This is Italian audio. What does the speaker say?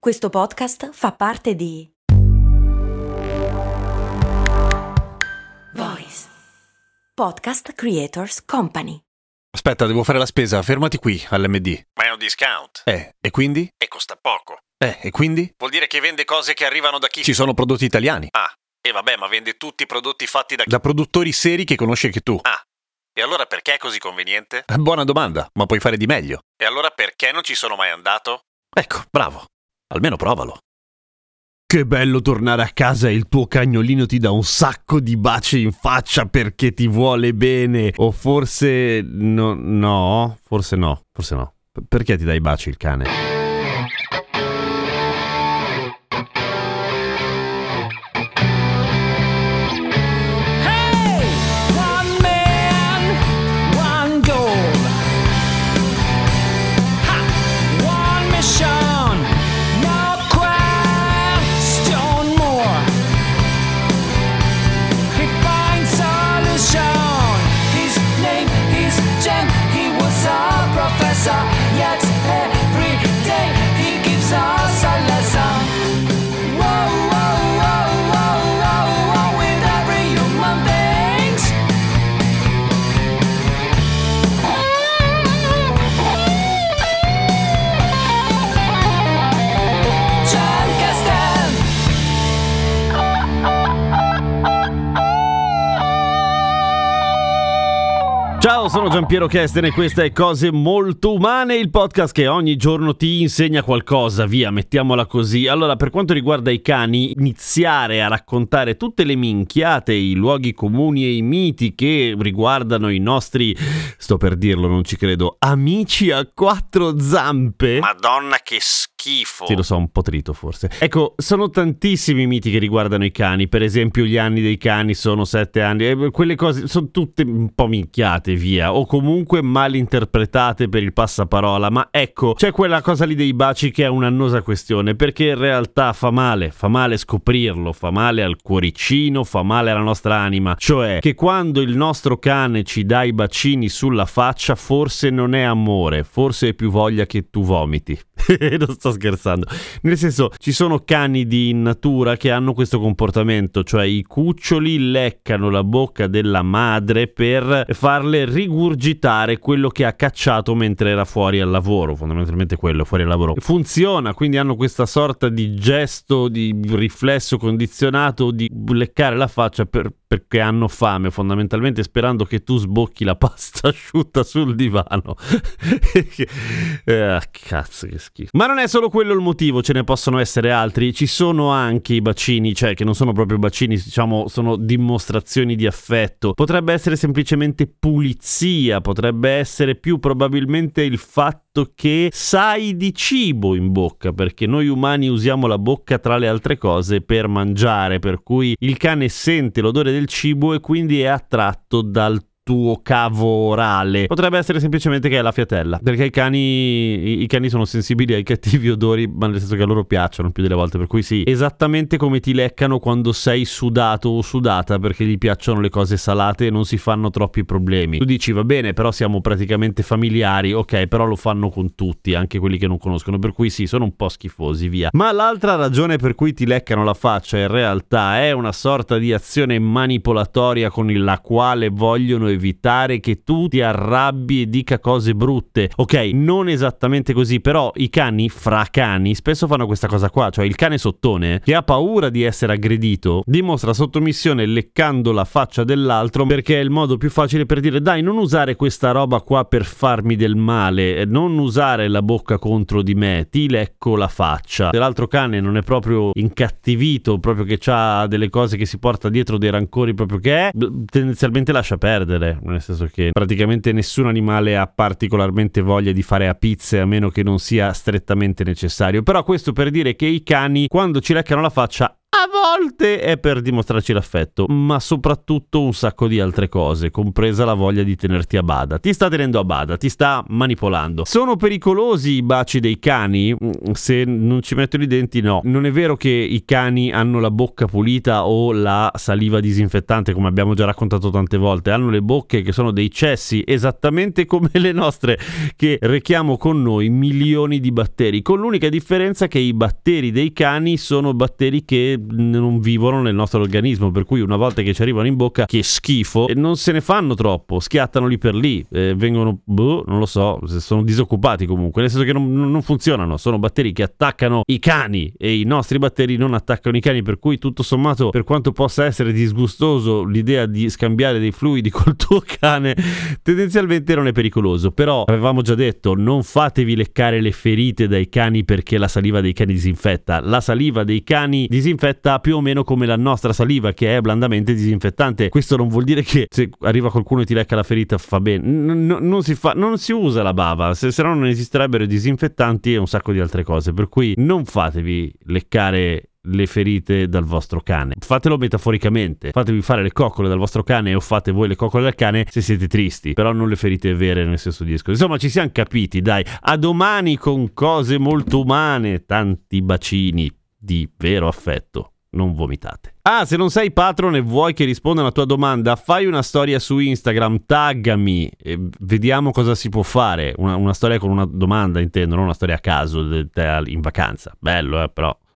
Questo podcast fa parte di Voice Podcast Creators Company. Aspetta, devo fare la spesa, fermati qui all'MD. Ma è un discount. E quindi? E costa poco. E quindi? Vuol dire che vende cose che arrivano da chi? Ci sono prodotti italiani. Ah, e vabbè, ma vende tutti i prodotti fatti da chi? Da produttori seri che conosci anche tu. Ah, e allora perché è così conveniente? Buona domanda, ma puoi fare di meglio. E allora perché non ci sono mai andato? Ecco, bravo. Almeno provalo. Che bello tornare a casa e il tuo cagnolino ti dà un sacco di baci in faccia perché ti vuole bene. O forse forse no. Perché ti dai i baci il cane? Ciao, sono Giampiero Kesten e questa è Cose Molto Umane, il podcast che ogni giorno ti insegna qualcosa, via, mettiamola così. Allora, per quanto riguarda i cani, iniziare a raccontare tutte le minchiate, i luoghi comuni e i miti che riguardano i nostri, sto per dirlo, non ci credo, amici a quattro zampe. Madonna, che schifo. Sì, lo so, un po' trito forse. Ecco, sono tantissimi miti che riguardano i cani, per esempio gli anni dei cani sono 7 anni, quelle cose sono tutte un po' minchiate, via, o comunque mal interpretate per il passaparola. Ma ecco, c'è quella cosa lì dei baci che è un'annosa questione, perché in realtà fa male scoprirlo, fa male al cuoricino, fa male alla nostra anima. Cioè che quando il nostro cane ci dà i bacini sulla faccia, forse non è amore, forse è più voglia che tu vomiti. Non sto scherzando, nel senso, ci sono cani di natura che hanno questo comportamento, cioè i cuccioli leccano la bocca della madre per farle rigurgitare quello che ha cacciato mentre era fuori al lavoro, fondamentalmente quello, fuori al lavoro. Funziona, quindi hanno questa sorta di gesto, di riflesso condizionato di leccare la faccia perché hanno fame, fondamentalmente sperando che tu sbocchi la pasta asciutta sul divano. Cazzo, che schifo. Ma non è solo quello il motivo, ce ne possono essere altri. Ci sono anche i bacini, cioè che non sono proprio bacini, diciamo, sono dimostrazioni di affetto. Potrebbe essere semplicemente pulizia, potrebbe essere più probabilmente il fatto che sai di cibo in bocca, perché noi umani usiamo la bocca tra le altre cose per mangiare, per cui il cane sente l'odore del cibo e quindi è attratto dal tuo cavo orale. Potrebbe essere semplicemente che è la fiatella, perché i cani sono sensibili ai cattivi odori, ma nel senso che a loro piacciono più delle volte, per cui sì, esattamente come ti leccano quando sei sudato o sudata, perché gli piacciono le cose salate e non si fanno troppi problemi. Tu dici va bene, però siamo praticamente familiari, ok, però lo fanno con tutti, anche quelli che non conoscono, per cui sì, sono un po' schifosi, via. Ma l'altra ragione per cui ti leccano la faccia in realtà è una sorta di azione manipolatoria con la quale vogliono evitare che tu ti arrabbi e dica cose brutte. Ok, non esattamente così, però i cani, fra cani, spesso fanno questa cosa qua, cioè il cane sottone che ha paura di essere aggredito dimostra sottomissione leccando la faccia dell'altro, perché è il modo più facile per dire dai, non usare questa roba qua per farmi del male, non usare la bocca contro di me, ti lecco la faccia. Se l'altro cane non è proprio incattivito, proprio che c'ha delle cose che si porta dietro, dei rancori proprio che è, tendenzialmente lascia perdere. Nel senso che praticamente nessun animale ha particolarmente voglia di fare a pizze, a meno che non sia strettamente necessario. Però questo per dire che i cani, quando ci leccano la faccia, A volte è per dimostrarci l'affetto, ma soprattutto un sacco di altre cose, compresa la voglia di tenerti a bada. Ti sta tenendo a bada, ti sta manipolando. Sono pericolosi i baci dei cani? Se non ci mettono i denti, no. Non è vero che i cani hanno la bocca pulita o la saliva disinfettante, come abbiamo già raccontato tante volte. Hanno le bocche che sono dei cessi, esattamente come le nostre, che rechiamo con noi milioni di batteri, con l'unica differenza che i batteri dei cani sono batteri che non vivono nel nostro organismo, per cui una volta che ci arrivano in bocca, che schifo, non se ne fanno troppo, schiattano lì per lì, vengono, non lo so, sono disoccupati comunque, nel senso che non funzionano, sono batteri che attaccano i cani e i nostri batteri non attaccano i cani, per cui tutto sommato, per quanto possa essere disgustoso l'idea di scambiare dei fluidi col tuo cane, tendenzialmente non è pericoloso. Però avevamo già detto, non fatevi leccare le ferite dai cani perché la saliva dei cani disinfetta. La saliva dei cani disinfetta più o meno come la nostra saliva, che è blandamente disinfettante. Questo non vuol dire che se arriva qualcuno e ti lecca la ferita fa bene, non si usa la bava, se no non esisterebbero disinfettanti e un sacco di altre cose, per cui non fatevi leccare le ferite dal vostro cane. Fatelo metaforicamente, fatevi fare le coccole dal vostro cane o fate voi le coccole dal cane se siete tristi, però non le ferite vere nel senso di discorso. Insomma, ci siamo capiti, dai. A domani con cose molto umane, tanti bacini di vero affetto. Non vomitate. Se non sei patron e vuoi che risponda alla tua domanda, fai una storia su Instagram, taggami e vediamo cosa si può fare. Una storia con una domanda, intendo, non una storia a caso in vacanza. Bello, però